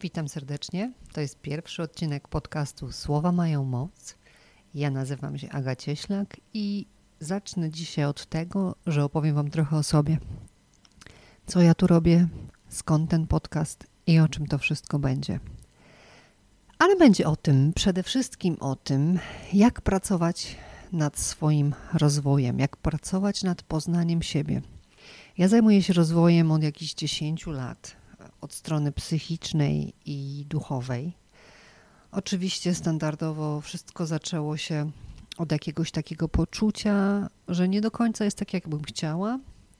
Witam serdecznie. To jest pierwszy odcinek podcastu Słowa mają moc. Ja nazywam się Aga Cieślak i zacznę dzisiaj od tego, że opowiem Wam trochę o sobie. Co ja tu robię, skąd ten podcast i o czym to wszystko będzie. Ale będzie o tym, przede wszystkim o tym, jak pracować nad swoim rozwojem, jak pracować nad poznaniem siebie. Ja zajmuję się rozwojem od jakichś 10 lat. Od strony psychicznej i duchowej. Oczywiście standardowo wszystko zaczęło się od jakiegoś takiego poczucia, że nie do końca jest tak, jakbym chciała,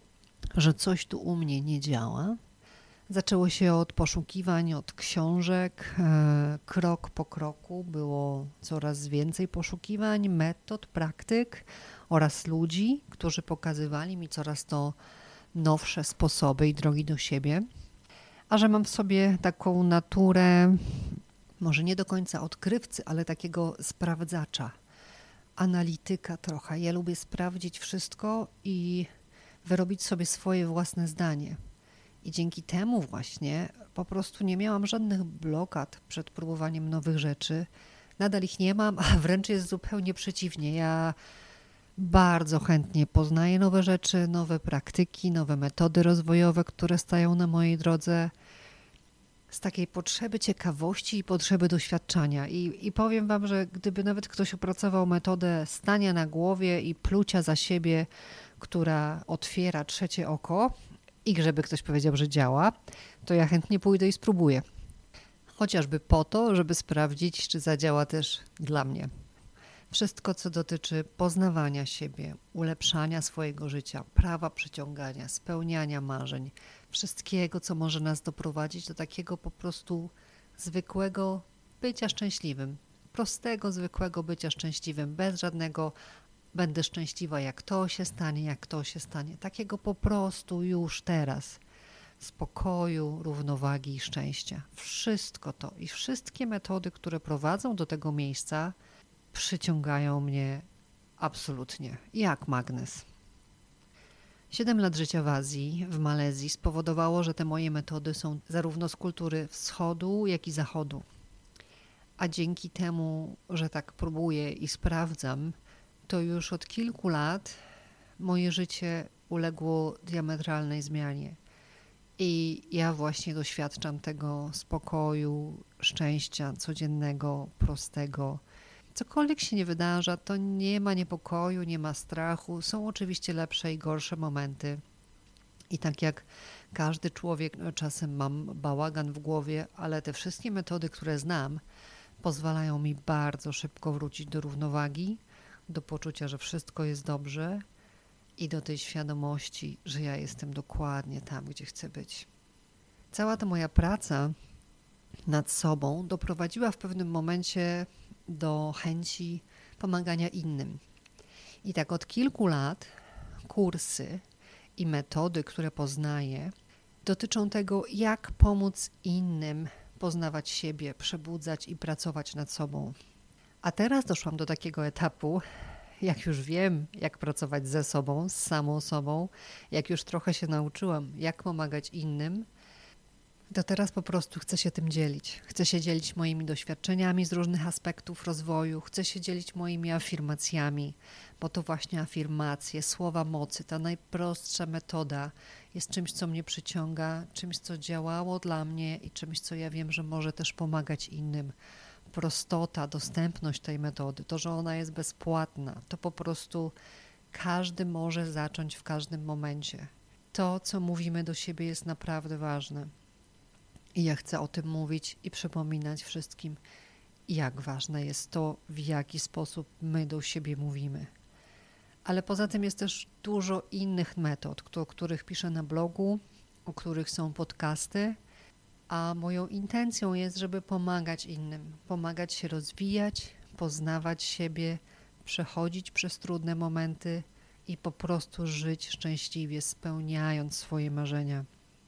że coś tu u mnie nie działa. Zaczęło się od poszukiwań, od książek. Krok po kroku było coraz więcej poszukiwań, metod, praktyk oraz ludzi, którzy pokazywali mi coraz to nowsze sposoby i drogi do siebie. A że mam w sobie taką naturę, może nie do końca odkrywcy, ale takiego sprawdzacza, analityka trochę. Ja lubię sprawdzić wszystko i wyrobić sobie swoje własne zdanie. I dzięki temu właśnie po prostu nie miałam żadnych blokad przed próbowaniem nowych rzeczy. Nadal ich nie mam, a wręcz jest zupełnie przeciwnie. Ja bardzo chętnie poznaję nowe rzeczy, nowe praktyki, nowe metody rozwojowe, które stają na mojej drodze z takiej potrzeby ciekawości i potrzeby doświadczania. I powiem Wam, że gdyby nawet ktoś opracował metodę stania na głowie i plucia za siebie, która otwiera trzecie oko i żeby ktoś powiedział, że działa, to ja chętnie pójdę i spróbuję. Chociażby po to, żeby sprawdzić, czy zadziała też dla mnie. Wszystko, co dotyczy poznawania siebie, ulepszania swojego życia, prawa przyciągania, spełniania marzeń, wszystkiego, co może nas doprowadzić do takiego po prostu zwykłego bycia szczęśliwym. Prostego, zwykłego bycia szczęśliwym, bez żadnego będę szczęśliwa, jak to się stanie, jak to się stanie. Takiego po prostu już teraz. Spokoju, równowagi i szczęścia. Wszystko to i wszystkie metody, które prowadzą do tego miejsca, przyciągają mnie absolutnie, jak magnes. 7 lat życia w Azji, w Malezji spowodowało, że te moje metody są zarówno z kultury wschodu, jak i zachodu. A dzięki temu, że tak próbuję i sprawdzam, to już od kilku lat moje życie uległo diametralnej zmianie. I ja właśnie doświadczam tego spokoju, szczęścia codziennego, prostego. Cokolwiek się nie wydarza, to nie ma niepokoju, nie ma strachu. Są oczywiście lepsze i gorsze momenty. I tak jak każdy człowiek, czasem mam bałagan w głowie, ale te wszystkie metody, które znam, pozwalają mi bardzo szybko wrócić do równowagi, do poczucia, że wszystko jest dobrze i do tej świadomości, że ja jestem dokładnie tam, gdzie chcę być. Cała ta moja praca nad sobą doprowadziła w pewnym momencie do chęci pomagania innym. I tak od kilku lat kursy i metody, które poznaję, dotyczą tego, jak pomóc innym poznawać siebie, przebudzać i pracować nad sobą. A teraz doszłam do takiego etapu, jak już wiem, jak pracować ze sobą, z samą sobą, jak już trochę się nauczyłam, jak pomagać innym, to teraz po prostu chcę się tym dzielić. Chcę się dzielić moimi doświadczeniami z różnych aspektów rozwoju, chcę się dzielić moimi afirmacjami, bo to właśnie afirmacje, słowa mocy, ta najprostsza metoda jest czymś, co mnie przyciąga, czymś, co działało dla mnie i czymś, co ja wiem, że może też pomagać innym. Prostota, dostępność tej metody, to, że ona jest bezpłatna, to po prostu każdy może zacząć w każdym momencie. To, co mówimy do siebie, jest naprawdę ważne. I ja chcę o tym mówić i przypominać wszystkim, jak ważne jest to, w jaki sposób my do siebie mówimy. Ale poza tym jest też dużo innych metod, o których piszę na blogu, o których są podcasty, a moją intencją jest, żeby pomagać innym, pomagać się rozwijać, poznawać siebie, przechodzić przez trudne momenty i po prostu żyć szczęśliwie, spełniając swoje marzenia.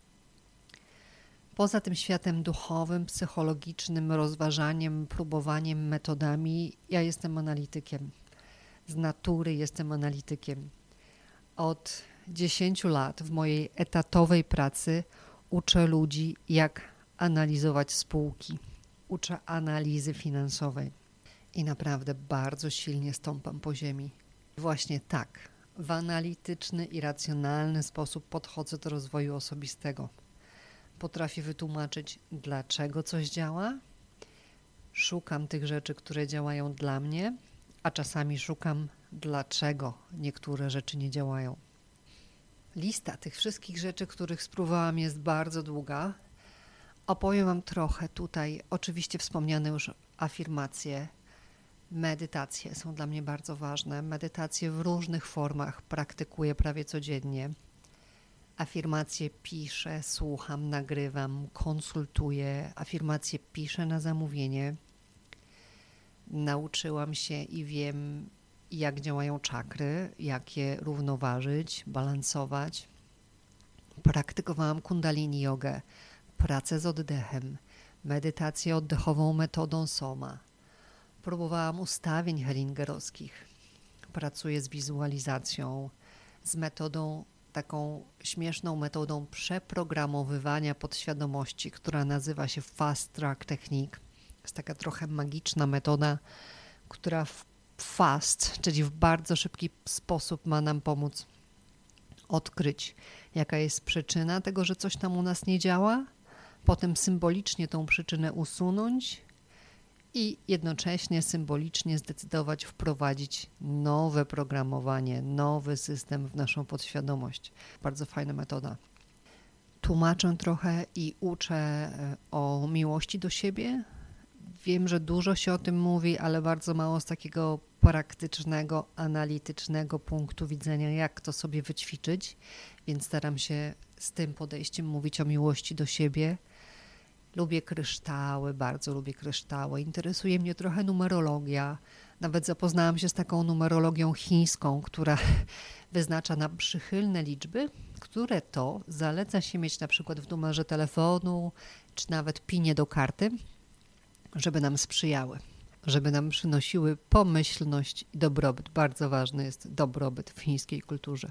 Poza tym światem duchowym, psychologicznym, rozważaniem, próbowaniem, metodami, ja jestem analitykiem. Z natury jestem analitykiem. Od 10 lat w mojej etatowej pracy uczę ludzi, jak analizować spółki, uczę analizy finansowej i naprawdę bardzo silnie stąpam po ziemi. Właśnie tak, w analityczny i racjonalny sposób podchodzę do rozwoju osobistego. Potrafię wytłumaczyć, dlaczego coś działa, szukam tych rzeczy, które działają dla mnie, a czasami szukam, dlaczego niektóre rzeczy nie działają. Lista tych wszystkich rzeczy, których spróbowałam, jest bardzo długa. Opowiem Wam trochę tutaj. Oczywiście wspomniane już afirmacje, medytacje są dla mnie bardzo ważne. Medytacje w różnych formach praktykuję prawie codziennie. Afirmacje piszę, słucham, nagrywam, konsultuję. Afirmacje piszę na zamówienie. Nauczyłam się i wiem, jak działają czakry, jak je równoważyć, balansować. Praktykowałam kundalini jogę, pracę z oddechem, medytację oddechową metodą Soma. Próbowałam ustawień hellingerowskich. Pracuję z wizualizacją, z metodą, taką śmieszną metodą przeprogramowywania podświadomości, która nazywa się Fast Track Technique. Jest taka trochę magiczna metoda, która czyli w bardzo szybki sposób ma nam pomóc odkryć, jaka jest przyczyna tego, że coś tam u nas nie działa, potem symbolicznie tą przyczynę usunąć i jednocześnie symbolicznie zdecydować wprowadzić nowe programowanie, nowy system w naszą podświadomość. Bardzo fajna metoda. Tłumaczę trochę i uczę o miłości do siebie. Wiem, że dużo się o tym mówi, ale bardzo mało z takiego praktycznego, analitycznego punktu widzenia, jak to sobie wyćwiczyć, więc staram się z tym podejściem mówić o miłości do siebie. Lubię kryształy, bardzo lubię kryształy. Interesuje mnie trochę numerologia. Nawet zapoznałam się z taką numerologią chińską, która wyznacza nam przychylne liczby, które to zaleca się mieć na przykład w numerze telefonu, czy nawet pinie do karty, żeby nam sprzyjały, żeby nam przynosiły pomyślność i dobrobyt. Bardzo ważny jest dobrobyt w chińskiej kulturze.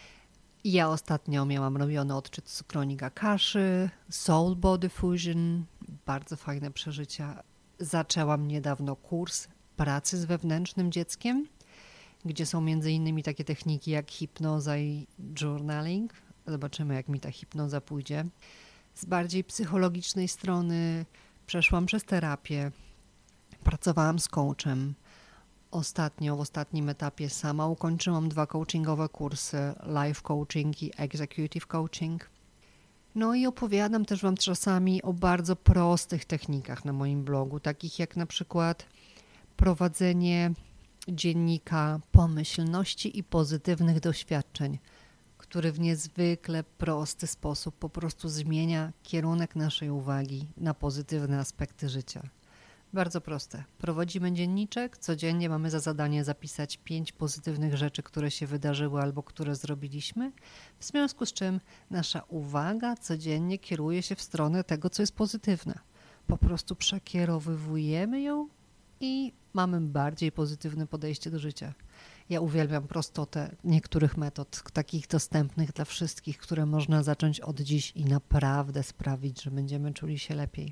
I ja ostatnio miałam robiony odczyt z kronik Akaszy, Soul Body Fusion, bardzo fajne przeżycia. Zaczęłam niedawno kurs pracy z wewnętrznym dzieckiem, gdzie są między innymi takie techniki jak hipnoza i journaling. Zobaczymy, jak mi ta hipnoza pójdzie. Z bardziej psychologicznej strony przeszłam przez terapię, pracowałam z coachem. Ostatnio, w ostatnim etapie sama ukończyłam 2 coachingowe kursy, life coaching i executive coaching. No i opowiadam też Wam czasami o bardzo prostych technikach na moim blogu, takich jak na przykład prowadzenie dziennika pomyślności i pozytywnych doświadczeń, który w niezwykle prosty sposób po prostu zmienia kierunek naszej uwagi na pozytywne aspekty życia. Bardzo proste. Prowadzimy dzienniczek, codziennie mamy za zadanie zapisać 5 pozytywnych rzeczy, które się wydarzyły albo które zrobiliśmy, w związku z czym nasza uwaga codziennie kieruje się w stronę tego, co jest pozytywne. Po prostu przekierowujemy ją i mamy bardziej pozytywne podejście do życia. Ja uwielbiam prostotę niektórych metod, takich dostępnych dla wszystkich, które można zacząć od dziś i naprawdę sprawić, że będziemy czuli się lepiej.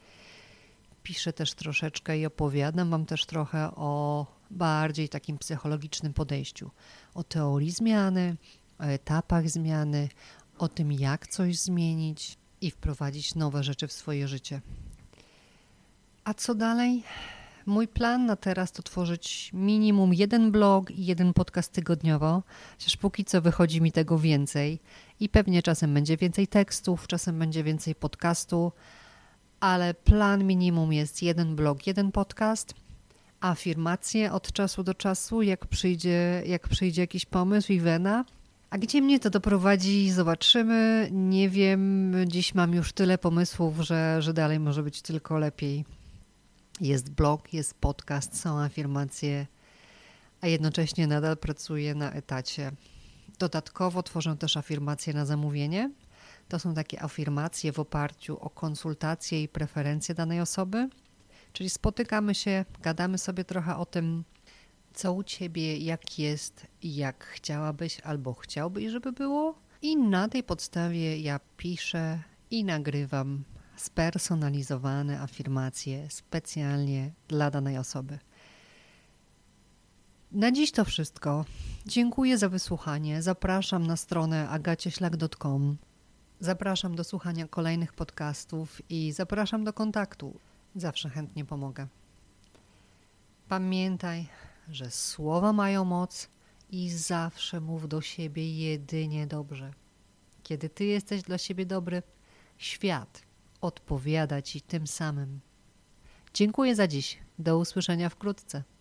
Piszę też troszeczkę i opowiadam Wam też trochę o bardziej takim psychologicznym podejściu, o teorii zmiany, o etapach zmiany, o tym, jak coś zmienić i wprowadzić nowe rzeczy w swoje życie. A co dalej? Mój plan na teraz to tworzyć minimum 1 blog i 1 podcast tygodniowo, chociaż póki co wychodzi mi tego więcej i pewnie czasem będzie więcej tekstów, czasem będzie więcej podcastu, ale plan minimum jest 1 blog, 1 podcast, afirmacje od czasu do czasu, jak przyjdzie jakiś pomysł i wena. A gdzie mnie to doprowadzi, zobaczymy. Nie wiem, dziś mam już tyle pomysłów, że dalej może być tylko lepiej. Jest blog, jest podcast, są afirmacje, a jednocześnie nadal pracuję na etacie. Dodatkowo tworzę też afirmacje na zamówienie. To są takie afirmacje w oparciu o konsultacje i preferencje danej osoby, czyli spotykamy się, gadamy sobie trochę o tym, co u Ciebie, jak jest i jak chciałabyś albo chciałbyś, żeby było. I na tej podstawie ja piszę i nagrywam spersonalizowane afirmacje specjalnie dla danej osoby. Na dziś to wszystko. Dziękuję za wysłuchanie. Zapraszam na stronę agacieślak.com. Zapraszam do słuchania kolejnych podcastów i zapraszam do kontaktu. Zawsze chętnie pomogę. Pamiętaj, że słowa mają moc i zawsze mów do siebie jedynie dobrze. Kiedy ty jesteś dla siebie dobry, świat odpowiada ci tym samym. Dziękuję za dziś. Do usłyszenia wkrótce.